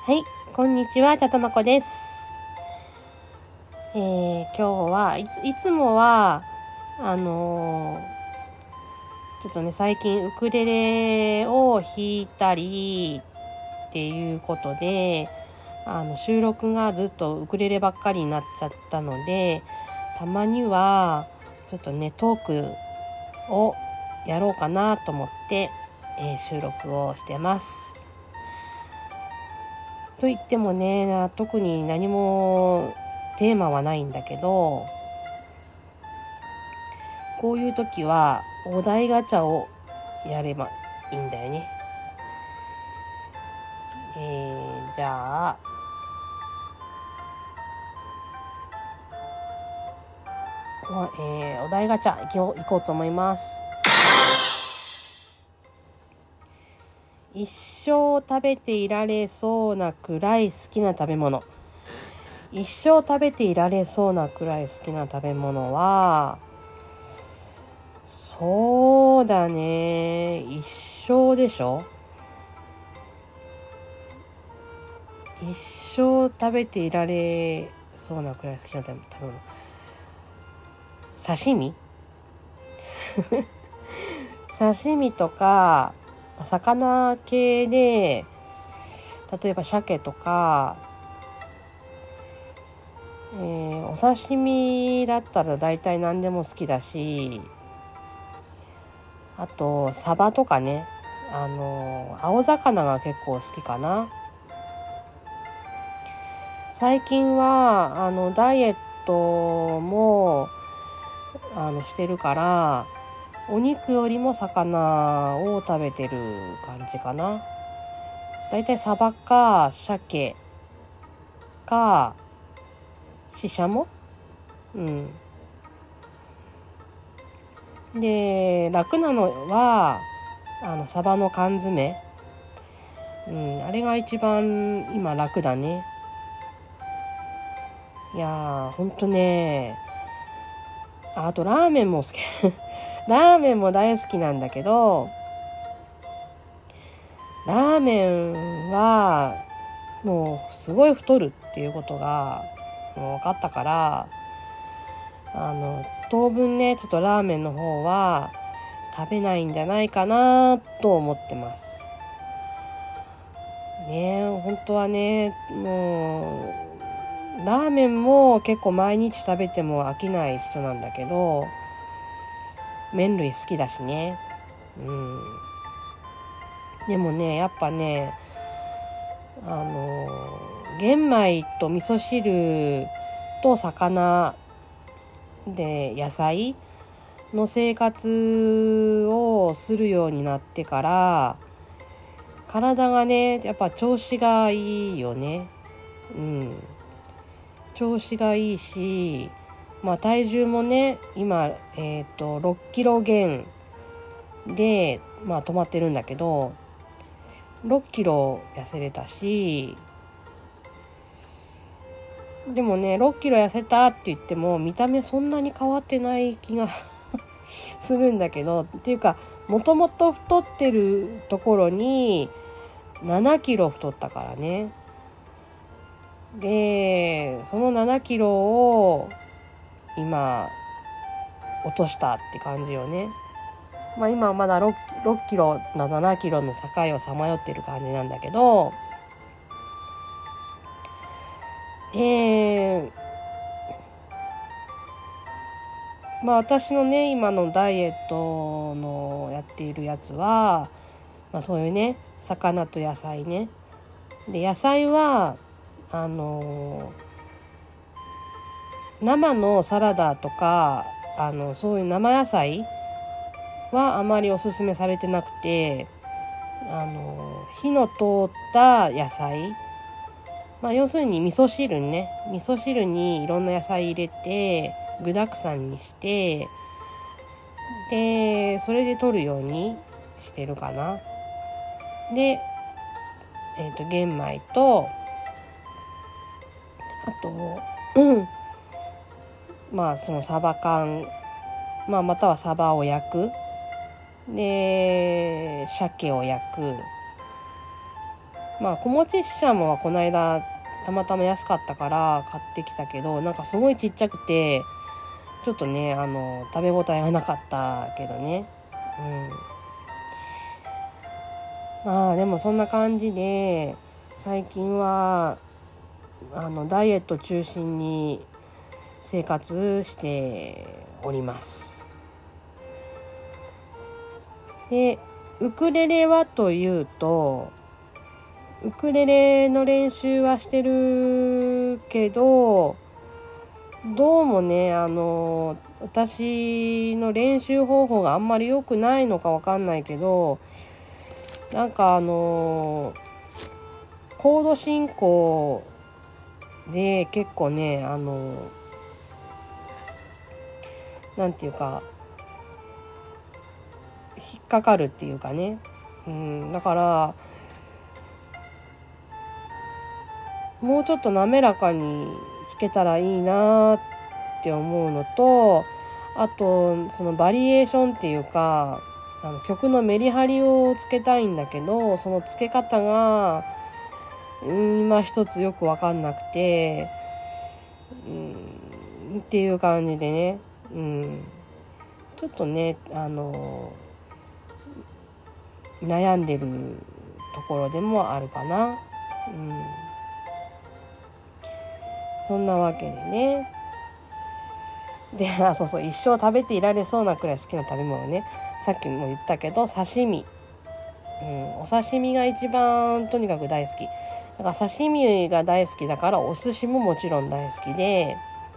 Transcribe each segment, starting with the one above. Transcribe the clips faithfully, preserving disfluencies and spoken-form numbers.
はい、こんにちは、ちゃとまこです。えー、今日はいついつもはあのー、ちょっとね最近ウクレレを弾いたりっていうことで、あの収録がずっとウクレレばっかりになっちゃったので、たまにはちょっとねトークをやろうかなと思って、えー、収録をしてます。と言ってもね、特に何もテーマはないんだけど、こういう時はお題ガチャをやればいいんだよね。えー、じゃあお,、えー、お題ガチャいこう、いこうと思います。一生食べていられそうなくらい好きな食べ物。一生食べていられそうなくらい好きな食べ物は、そうだね、一生でしょ。一生食べていられそうなくらい好きな食べ物。刺身刺身とか魚系で、例えば鮭とか、えー、お刺身だったら大体何でも好きだし、あとサバとかね、あの青魚が結構好きかな。最近はあのダイエットもあのしてるから、お肉よりも魚を食べてる感じかな。だいたいサバか鮭かシシャモ、うんで楽なのはあのサバの缶詰、うん、あれが一番今楽だね。いやーほんとね、あとラーメンも好きラーメンも大好きなんだけど、ラーメンはもうすごい太るっていうことがもう分かったから、あの当分ねちょっとラーメンの方は食べないんじゃないかなと思ってますね。本当はね、もうラーメンも結構毎日食べても飽きない人なんだけど、麺類好きだしね。うんでもねやっぱね、あの玄米と味噌汁と魚で野菜の生活をするようになってから、体がねやっぱ調子がいいよね。うん調子がいいし、まあ体重もね今えっとろっキロ減でまあ止まってるんだけど、ろっキロ痩せれたし、でもねろっキロ痩せたって言っても見た目そんなに変わってない気がするんだけど、っていうかもともと太ってるところにななキロ太ったからね。でそのななキロを今落としたって感じよね。まあ今はまだ 6, 6キロとななキロの境をさまよってる感じなんだけど、でまあ私のね今のダイエットのやっているやつは、まあ、そういうね魚と野菜ね。で野菜はあのー、生のサラダとかあのそういう生野菜はあまりおすすめされてなくて、あのー、火の通った野菜、まあ要するに味噌汁ね、味噌汁にいろんな野菜入れて具沢山にして、でそれで取るようにしてるかな。でえっと玄米とあと、うん、まあそのサバ缶、まあまたはサバを焼く、で鮭を焼く、 まあ小餅ししゃもはこの間たまたま安かったから買ってきたけど、なんかすごいちっちゃくてちょっとねあの食べ応えがなかったけどね。うんまあでもそんな感じで最近はあのダイエット中心に生活しております。でウクレレはというと、ウクレレの練習はしてるけど、どうもねあの私の練習方法があんまり良くないのかわかんないけど、なんかあのコード進行で結構ねあのなんていうか引っかかるっていうかね、うん、だからもうちょっと滑らかに弾けたらいいなって思うのと、あとそのバリエーションっていうかあの曲のメリハリをつけたいんだけど、そのつけ方が今一つよく分かんなくて、うん、っていう感じでね、うん、ちょっとねあの悩んでるところでもあるかな。うん、そんなわけでね。で、あ、そうそう、一生食べていられそうなくらい好きな食べ物ね。さっきも言ったけど、刺身。うん、お刺身が一番とにかく大好き。だから刺身が大好きだからお寿司ももちろん大好きで、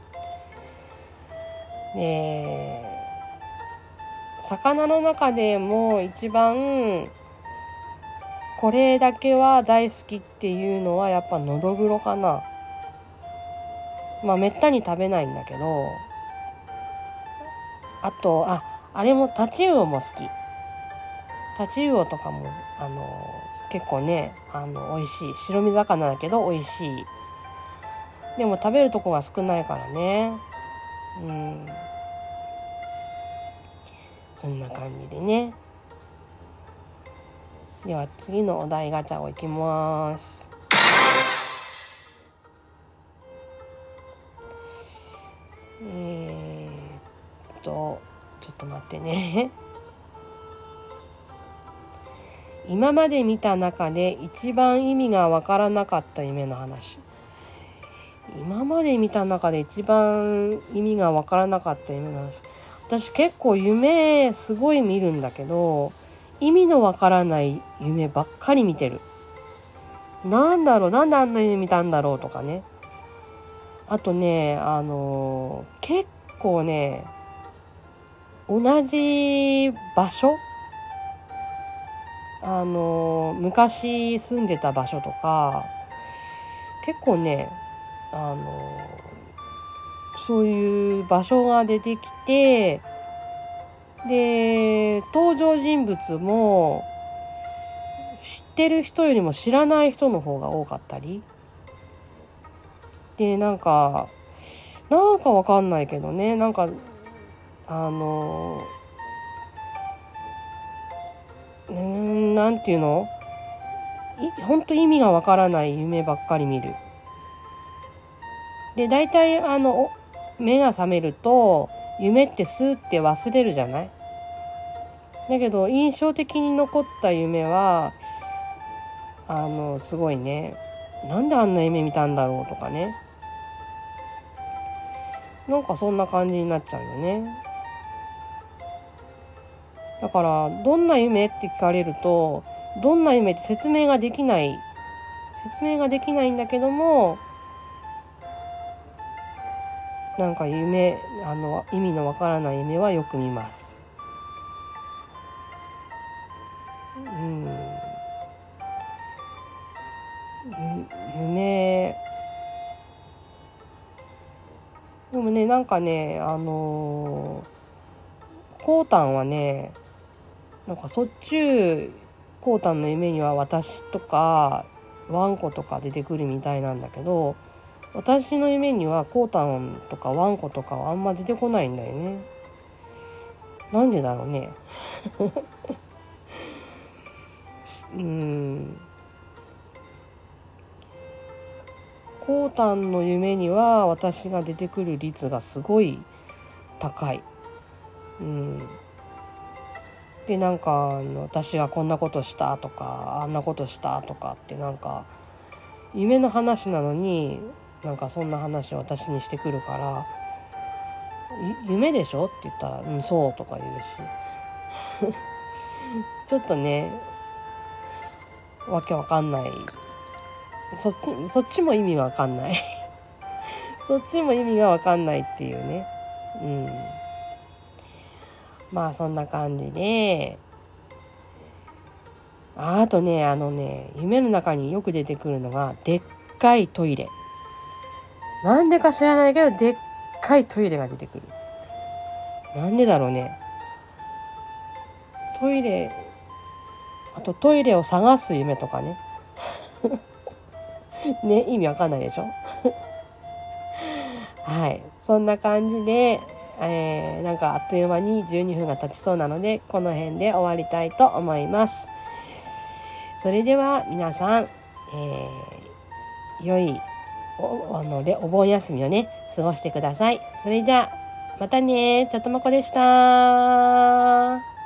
で、魚の中でも一番これだけは大好きっていうのはやっぱのどぐろかな。まあめったに食べないんだけど、あとああれもタチウオも好き。タチウオとかもあの結構ねあの美味しい、白身魚だけど美味しい。でも食べるとこが少ないからね。うん、そんな感じでね。では次のお題ガチャをいきます。えー、っとちょっと待ってね。今まで見た中で一番意味がわからなかった夢の話。今まで見た中で一番意味がわからなかった夢の話。私結構夢すごい見るんだけど、意味のわからない夢ばっかり見てる。なんだろう、なんであんな夢見たんだろうとかね。あとね、あのー、結構ね、同じ場所あの昔住んでた場所とか結構ねあのそういう場所が出てきて、で登場人物も知ってる人よりも知らない人の方が多かったりで、なんかなんかわかんないけどね、なんかあのんなんていうの本当意味がわからない夢ばっかり見る。で大体あの目が覚めると夢ってスーって忘れるじゃない。だけど印象的に残った夢はあのすごいね、なんであんな夢見たんだろうとかね、なんかそんな感じになっちゃうよね。だからどんな夢って聞かれると、どんな夢って説明ができない説明ができないんだけども、なんか夢あの意味のわからない夢はよく見ます。うん、夢でもね、なんかねあのー、コウタンはね、なんかそっちゅうコウタンの夢には私とかワンコとか出てくるみたいなんだけど、私の夢にはコウタンとかワンコとかはあんま出てこないんだよね。なんでだろうね。うんこうたんの夢には私が出てくる率がすごい高い。うん。でなんかあの私がこんなことしたとかあんなことしたとかってなんか夢の話なのになんかそんな話を私にしてくるから「夢でしょ?」って言ったら「うんそう」とか言うしちょっとねわけわかんない。そっちそっちも意味わかんないそっちも意味がわかんないっていうね。うん。まあそんな感じで、あとねあのね夢の中によく出てくるのがでっかいトイレ。なんでか知らないけどでっかいトイレが出てくる。なんでだろうね。トイレ、あとトイレを探す夢とかねね、意味わかんないでしょはい、そんな感じで、えー、なんかあっという間にじゅうにふんが経ちそうなのでこの辺で終わりたいと思います。それでは皆さん、えー、良い お, あのお盆休みをね過ごしてください。それじゃあまたね。ちゃとまこでした。